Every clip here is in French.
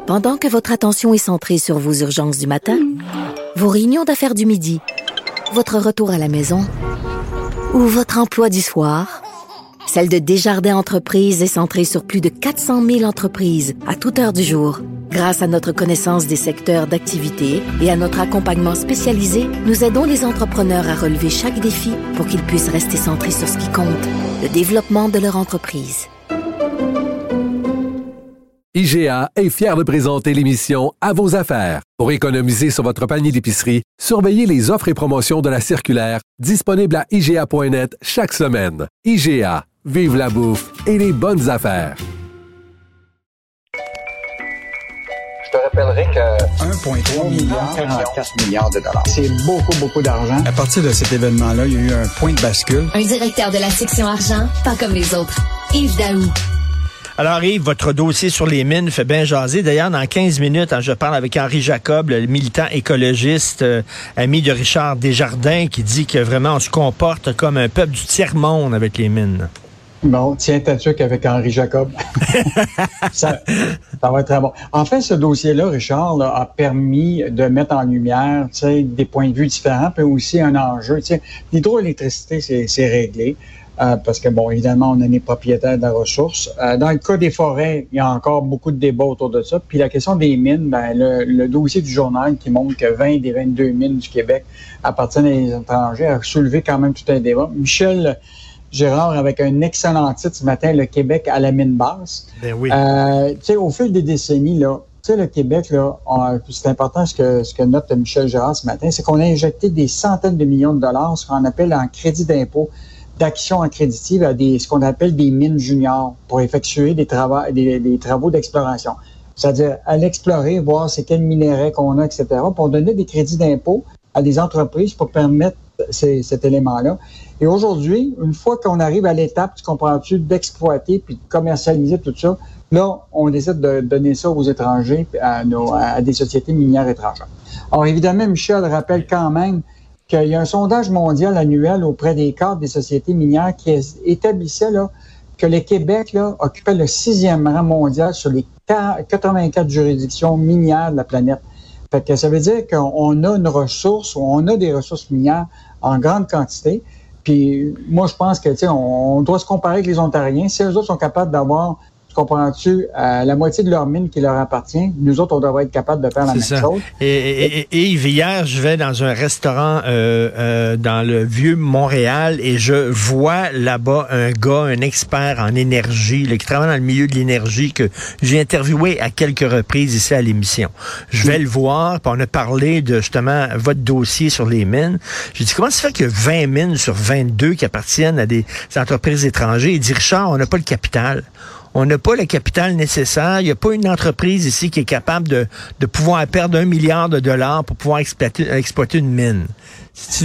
Pendant que votre attention est centrée sur vos urgences du matin, vos réunions d'affaires du midi, votre retour à la maison ou votre emploi du soir, celle de Desjardins Entreprises est centrée sur plus de 400 000 entreprises à toute heure du jour. Grâce à notre connaissance des secteurs d'activité et à notre accompagnement spécialisé, nous aidons les entrepreneurs à relever chaque défi pour qu'ils puissent rester centrés sur ce qui compte, le développement de leur entreprise. IGA est fier de présenter l'émission À vos affaires. Pour économiser sur votre panier d'épicerie, surveillez les offres et promotions de la circulaire disponible à IGA.net chaque semaine. IGA, vive la bouffe et les bonnes affaires. Je te rappellerai que 1,3 milliard, 44 milliards de dollars. c'est beaucoup d'argent. À partir de cet événement-là, il y a eu un point de bascule. Un directeur de la section argent, pas comme les autres. Yves Daou. Alors Yves, votre dossier sur les mines fait bien jaser. D'ailleurs, dans 15 minutes, je parle avec Henri Jacob, le militant écologiste, ami de Richard Desjardins, qui dit que vraiment on se comporte comme un peuple du tiers-monde avec les mines. Bon, tiens ta tuque avec Henri Jacob. ça va être très bon. En fait, ce dossier-là, Richard, là, a permis de mettre en lumière, des points de vue différents, puis aussi un enjeu. L'hydroélectricité, c'est réglé. Parce que, bon, évidemment, on est propriétaire de la ressource. Dans le cas des forêts, il y a encore beaucoup de débats autour de ça. Puis la question des mines, le dossier du journal qui montre que 20 des 22 mines du Québec appartiennent à des étrangers a soulevé quand même tout un débat. Michel Gérard, avec un excellent titre ce matin, Le Québec à la mine basse. Ben oui. Au fil des décennies, là, le Québec, là, c'est important ce que note Michel Gérard ce matin, c'est qu'on a injecté des centaines de millions de dollars, ce qu'on appelle en crédit d'impôt, d'actions accréditives à ce qu'on appelle des mines juniors pour effectuer des travaux d'exploration. C'est-à-dire aller explorer, voir c'est quels minéraux qu'on a, etc., pour donner des crédits d'impôt à des entreprises pour permettre cet élément-là. Et aujourd'hui, une fois qu'on arrive à l'étape, tu comprends-tu, d'exploiter puis de commercialiser tout ça, là, on décide de donner ça aux étrangers, à des sociétés minières étrangères. Alors évidemment, Michel rappelle quand même qu'il y a un sondage mondial annuel auprès des cadres des sociétés minières qui établissait là, que le Québec là, occupait le 6e rang mondial sur les 84 juridictions minières de la planète. Fait que ça veut dire qu'on a une ressource, on a des ressources minières en grande quantité. Puis moi, je pense que on doit se comparer avec les Ontariens. Si eux autres sont capables d'avoir, comprends-tu, la moitié de leur mine qui leur appartient, nous autres, on devrait être capables de faire la même chose. Et Yves, hier, je vais dans un restaurant dans le vieux Montréal et je vois là-bas un gars, un expert en énergie, là, qui travaille dans le milieu de l'énergie, que j'ai interviewé à quelques reprises ici à l'émission. Je vais le voir, puis on a parlé de, justement, votre dossier sur les mines. J'ai dit, comment ça fait qu'il y a 20 mines sur 22 qui appartiennent à des entreprises étrangères? Il dit, Richard, on n'a pas le capital. On n'a pas le capital nécessaire. Il n'y a pas une entreprise ici qui est capable de pouvoir perdre $1 milliard pour pouvoir exploiter une mine. C'est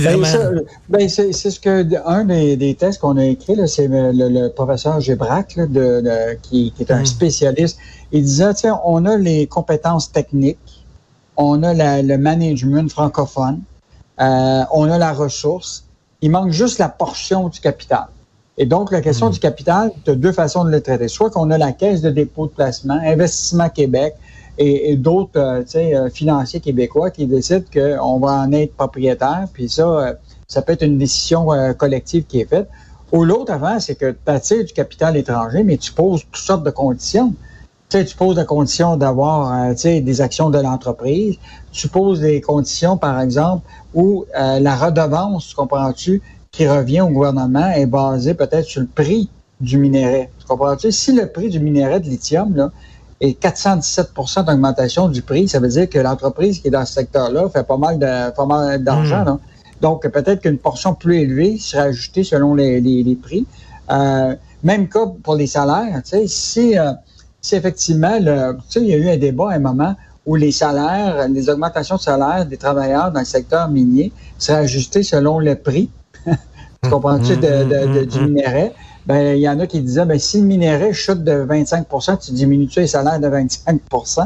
ce que un des tests qu'on a écrit, là, c'est le professeur Gébrac, là, qui est un spécialiste. Il disait, on a les compétences techniques, on a le management francophone, on a la ressource. Il manque juste la portion du capital. Et donc, la question du capital, tu as deux façons de le traiter. Soit qu'on a la Caisse de dépôt de placement, Investissement Québec et d'autres financiers québécois qui décident qu'on va en être propriétaire, puis ça peut être une décision collective qui est faite. Ou l'autre avant, c'est que tu attires du capital étranger, mais tu poses toutes sortes de conditions. Tu poses la condition d'avoir des actions de l'entreprise. Tu poses des conditions, par exemple, où la redevance, comprends-tu, qui revient au gouvernement est basé peut-être sur le prix du minerai. Tu comprends-tu? Si le prix du minerai de lithium là, est 417 % d'augmentation du prix, ça veut dire que l'entreprise qui est dans ce secteur-là fait pas mal d'argent. Là. Donc, peut-être qu'une portion plus élevée sera ajoutée selon les prix. Même cas pour les salaires. Si effectivement, il y a eu un débat à un moment où les salaires, les augmentations de salaire des travailleurs dans le secteur minier seraient ajustées selon le prix. Tu comprends-tu, du minerai. Ben, il y en a qui disaient, ben, si le minerai chute de 25 tu diminues-tu les salaires de 25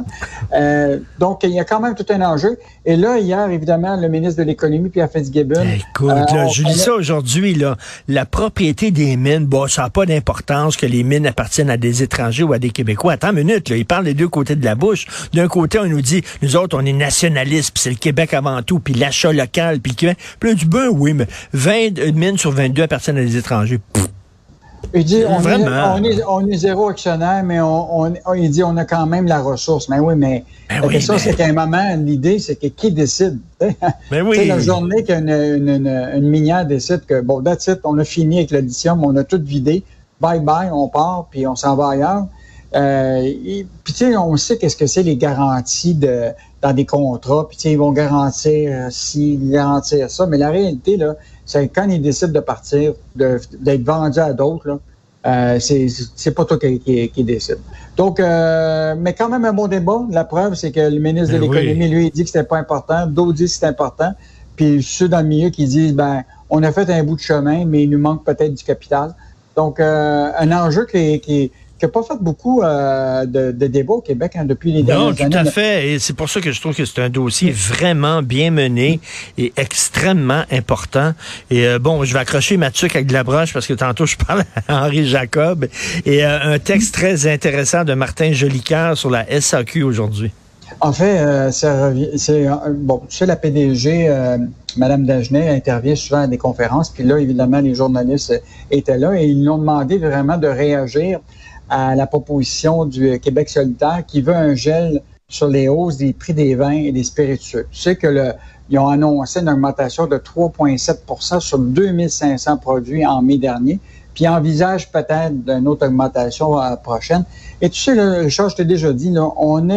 donc, il y a quand même tout un enjeu. Et là, hier, évidemment, le ministre de l'Économie, Pierre Fitzgibbon... Écoute, je lis ça aujourd'hui, là. La propriété des mines, bon, ça n'a pas d'importance que les mines appartiennent à des étrangers ou à des Québécois. Attends une minute, là. Ils parlent des deux côtés de la bouche. D'un côté, on nous dit, nous autres, on est nationalistes, puis c'est le Québec avant tout, puis l'achat local, puis le Québec. Puis là, du ben oui, mais 20 mines sur 22 appartiennent à des étrangers. Pff. Il dit, on est zéro actionnaire, mais il dit, on a quand même la ressource. Mais oui, mais la question, c'est qu'à un moment, l'idée, c'est que qui décide? Mais oui. La journée qu'une minière décide que, bon, that's it, on a fini avec le lithium, on a tout vidé, bye-bye, on part, puis on s'en va ailleurs. Puis, tu sais, on sait qu'est-ce que c'est les garanties dans des contrats, puis, tu sais, ils vont garantir ci, garantir ça, mais la réalité, là, c'est quand ils décident de partir, d'être vendus à d'autres, là, c'est pas toi qui décide. Donc, mais quand même un bon débat. La preuve, c'est que le ministre de l'Économie, lui, il dit que c'était pas important, d'autres disent que c'est important, puis ceux dans le milieu qui disent, ben, on a fait un bout de chemin, mais il nous manque peut-être du capital. Donc, un enjeu qui n'a pas fait beaucoup de débats au Québec depuis les dernières années. Non, tout à fait. Et c'est pour ça que je trouve que c'est un dossier vraiment bien mené et extrêmement important. Et bon, je vais accrocher ma tuque avec de la broche parce que tantôt, je parle à Henri Jacob. Et un texte très intéressant de Martin Jolicoeur sur la SAQ aujourd'hui. En fait, bon, tu sais, la PDG, Mme Dagenet, intervient souvent à des conférences. Puis là, évidemment, les journalistes étaient là et ils lui ont demandé vraiment de réagir à la proposition du Québec solidaire qui veut un gel sur les hausses des prix des vins et des spiritueux. Tu sais que ils ont annoncé une augmentation de 3,7 sur 2500 produits en mai dernier, puis ils envisagent peut-être une autre augmentation prochaine. Et tu sais, là, Richard, je t'ai déjà dit, là, on a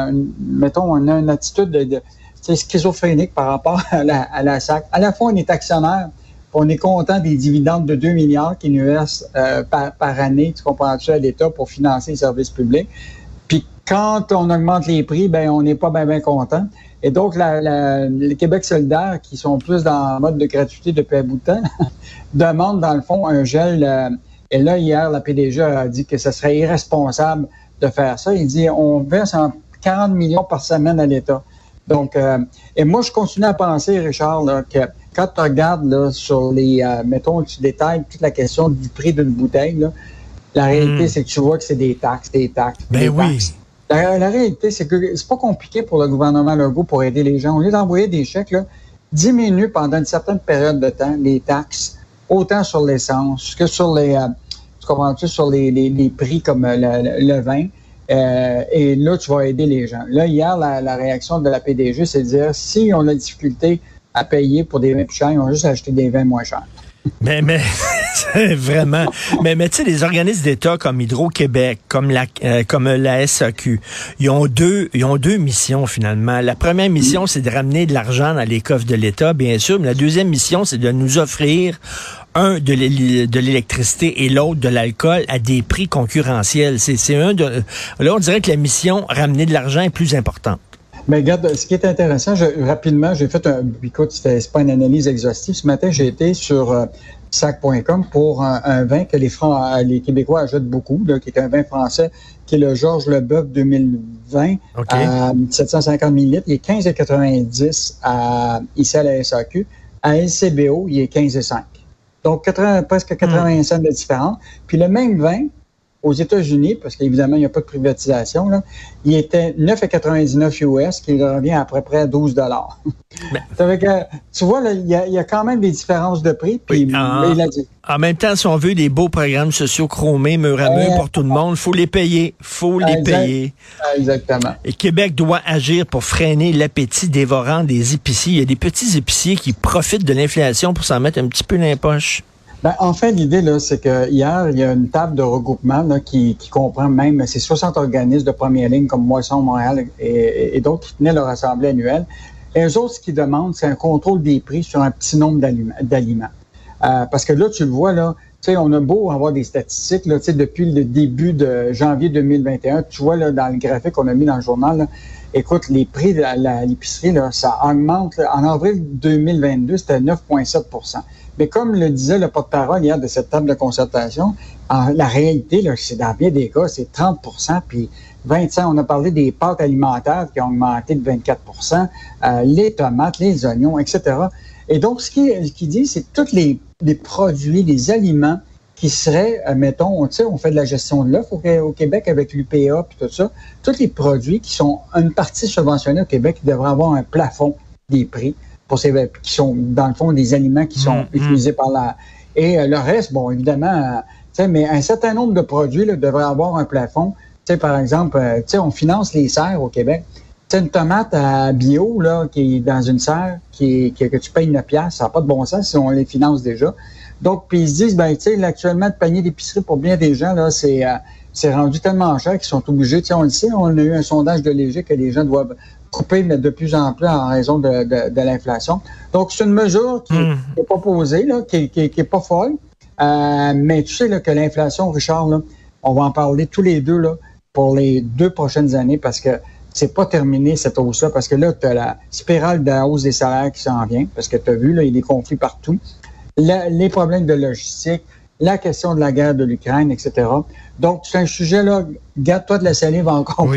une attitude de schizophrénique par rapport à la SAC. À la fois, on est actionnaire, on est content des dividendes de 2 milliards qui nous restent par année, tu comprends-tu, à l'État pour financer les services publics. Puis quand on augmente les prix, ben on n'est pas bien content. Et donc, le Québec solidaire, qui sont plus dans le mode de gratuité depuis un bout de temps, demande dans le fond un gel. Et là, hier, la PDG a dit que ce serait irresponsable de faire ça. Il dit, on verse 40 millions par semaine à l'État. Donc, et moi, je continue à penser, Richard, là, que quand tu regardes là, sur les, mettons, tu détailles toute la question du prix d'une bouteille, là, la réalité, c'est que tu vois que c'est des taxes. Ben oui. Taxes. La réalité, c'est que c'est pas compliqué pour le gouvernement Legault pour aider les gens. Au lieu d'envoyer des chèques, là, diminue pendant une certaine période de temps les taxes, autant sur l'essence que sur sur les prix comme le vin. Et là, tu vas aider les gens. Là, hier, la réaction de la PDG, c'est de dire, si on a des difficultés à payer pour des vins plus chers, ils ont juste acheté des vins moins chers. Mais vraiment. Mais tu sais, les organismes d'État comme Hydro-Québec, comme la SAQ, ils ont deux missions finalement. La première mission, c'est de ramener de l'argent dans les coffres de l'État, bien sûr. Mais la deuxième mission, c'est de nous offrir de l'électricité et l'autre de l'alcool à des prix concurrentiels. Là, on dirait que la mission ramener de l'argent est plus importante. Mais regarde, ce qui est intéressant, rapidement, j'ai fait écoute, c'est pas une analyse exhaustive. Ce matin, j'ai été sur sac.com pour un vin que les Québécois achètent beaucoup, là, qui est un vin français, qui est le Georges Leboeuf 2020, à 750 ml. Il est 15,90 ici à la SAQ. À LCBO, il est 15,5. Donc, presque 80 cents de différence. Puis le même vin, aux États-Unis, parce qu'évidemment, il n'y a pas de privatisation, là, il était 9,99 US, qui revient à peu près à 12 $. Tu vois, là, il y a quand même des différences de prix. Puis, oui, en même temps, si on veut des beaux programmes sociaux chromés, mur à mur pour tout le monde, il faut les payer. Exactement. Et Québec doit agir pour freiner l'appétit dévorant des épiciers. Il y a des petits épiciers qui profitent de l'inflation pour s'en mettre un petit peu dans les poches. Ben, en fait, l'idée, là, c'est que hier, il y a une table de regroupement là, qui comprend même ces 60 organismes de première ligne comme Moisson Montréal et d'autres qui tenaient leur assemblée annuelle. Et eux autres, ce qu'ils demandent, c'est un contrôle des prix sur un petit nombre d'aliments. Parce que là, tu le vois, là, tu sais, on a beau avoir des statistiques, là, tu sais, depuis le début de janvier 2021, tu vois, là, dans le graphique qu'on a mis dans le journal, là, écoute, les prix de l'épicerie, là, ça augmente. Là, en avril 2022, c'était 9,7 %. Mais comme le disait le porte-parole hier de cette table de concertation, la réalité, là, c'est dans bien des cas, c'est 30 puis 25, on a parlé des pâtes alimentaires qui ont augmenté de 24 les tomates, les oignons, etc. Et donc, ce qu'il dit, c'est tous les produits, les aliments qui seraient, mettons, tu sais, on fait de la gestion de l'œuf au Québec avec l'UPA puis tout ça. Tous les produits qui sont une partie subventionnée au Québec devraient avoir un plafond des prix pour ces qui sont, dans le fond, des aliments qui sont utilisés par la... Et le reste, bon, évidemment, tu sais, mais un certain nombre de produits là, devraient avoir un plafond. Tu sais, par exemple, tu sais, on finance les serres au Québec. Tu sais, une tomate à bio, là, qui est dans une serre, que tu payes 9 $, ça n'a pas de bon sens si on les finance déjà. Donc, puis ils se disent, ben, tu sais, actuellement, le panier d'épicerie pour bien des gens, là, c'est rendu tellement cher qu'ils sont obligés, tu sais, on le sait, on a eu un sondage de Léger que les gens doivent couper, mais de plus en plus en raison de l'inflation. Donc, c'est une mesure qui est proposée, là, qui est pas folle, mais tu sais, là, que l'inflation, Richard, là, on va en parler tous les deux, là, pour les 2 prochaines années, parce que c'est pas terminé, cette hausse-là, parce que là, tu as la spirale de la hausse des salaires qui s'en vient, parce que tu as vu, là, il y a des conflits partout. Les problèmes de logistique, la question de la guerre de l'Ukraine, etc. Donc, c'est un sujet, là, garde-toi de la salive encore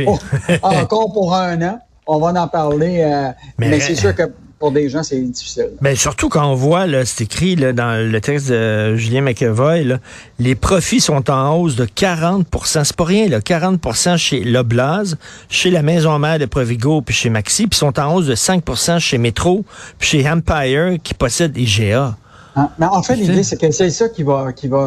pour un an. On va en parler, mais c'est sûr que pour des gens, c'est difficile. Mais surtout quand on voit, là, c'est écrit là, dans le texte de Julien McEvoy, là, les profits sont en hausse de 40 %. C'est pas rien, là, 40 % chez Loblaws, chez la Maison Mère de Provigo, puis chez Maxi, puis sont en hausse de 5 % chez Metro, puis chez Empire, qui possède IGA. Mais en fait, l'idée, c'est que c'est ça qui va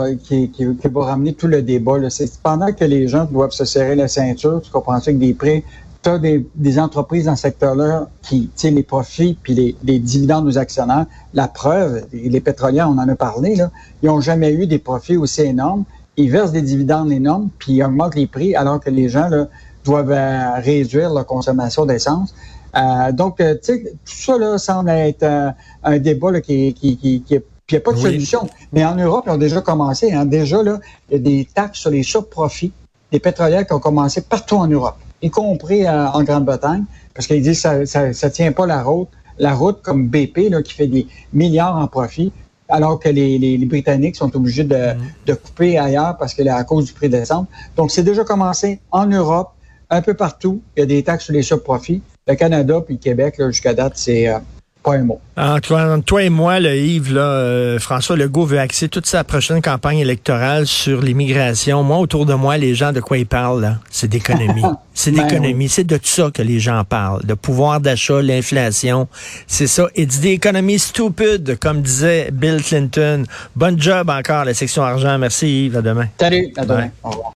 ramener tout le débat, là. C'est pendant que les gens doivent se serrer la ceinture, tu comprends ça, avec des prix, tu as des entreprises dans ce secteur-là qui tirent les profits puis les dividendes aux actionnaires. La preuve, les pétrolières, on en a parlé, là, ils n'ont jamais eu des profits aussi énormes. Ils versent des dividendes énormes puis ils augmentent les prix alors que les gens là, doivent réduire leur consommation d'essence. Donc, tu sais, tout ça là, semble être un débat là, qui est puis il n'y a pas de solution. Mais en Europe, ils ont déjà commencé. Hein. Déjà, là, il y a des taxes sur les surprofits des pétrolières qui ont commencé partout en Europe, y compris en Grande-Bretagne, parce qu'ils disent que ça tient pas la route comme BP, là, qui fait des milliards en profit, alors que les Britanniques sont obligés de couper ailleurs parce que à cause du prix de l'essence. Donc, c'est déjà commencé en Europe, un peu partout. Il y a des taxes sur les surprofits. Le Canada puis le Québec, là, jusqu'à date, c'est... pas un mot. Entre toi et moi, là, Yves, là, François Legault veut axer toute sa prochaine campagne électorale sur l'immigration. Moi, autour de moi, les gens, de quoi ils parlent, là? C'est d'économie. C'est d'économie. Oui. C'est de tout ça que les gens parlent. Le pouvoir d'achat, l'inflation. C'est ça. It's the economy stupid, comme disait Bill Clinton. Bonne job encore, la section argent. Merci, Yves. À demain. Salut. À demain. Au revoir.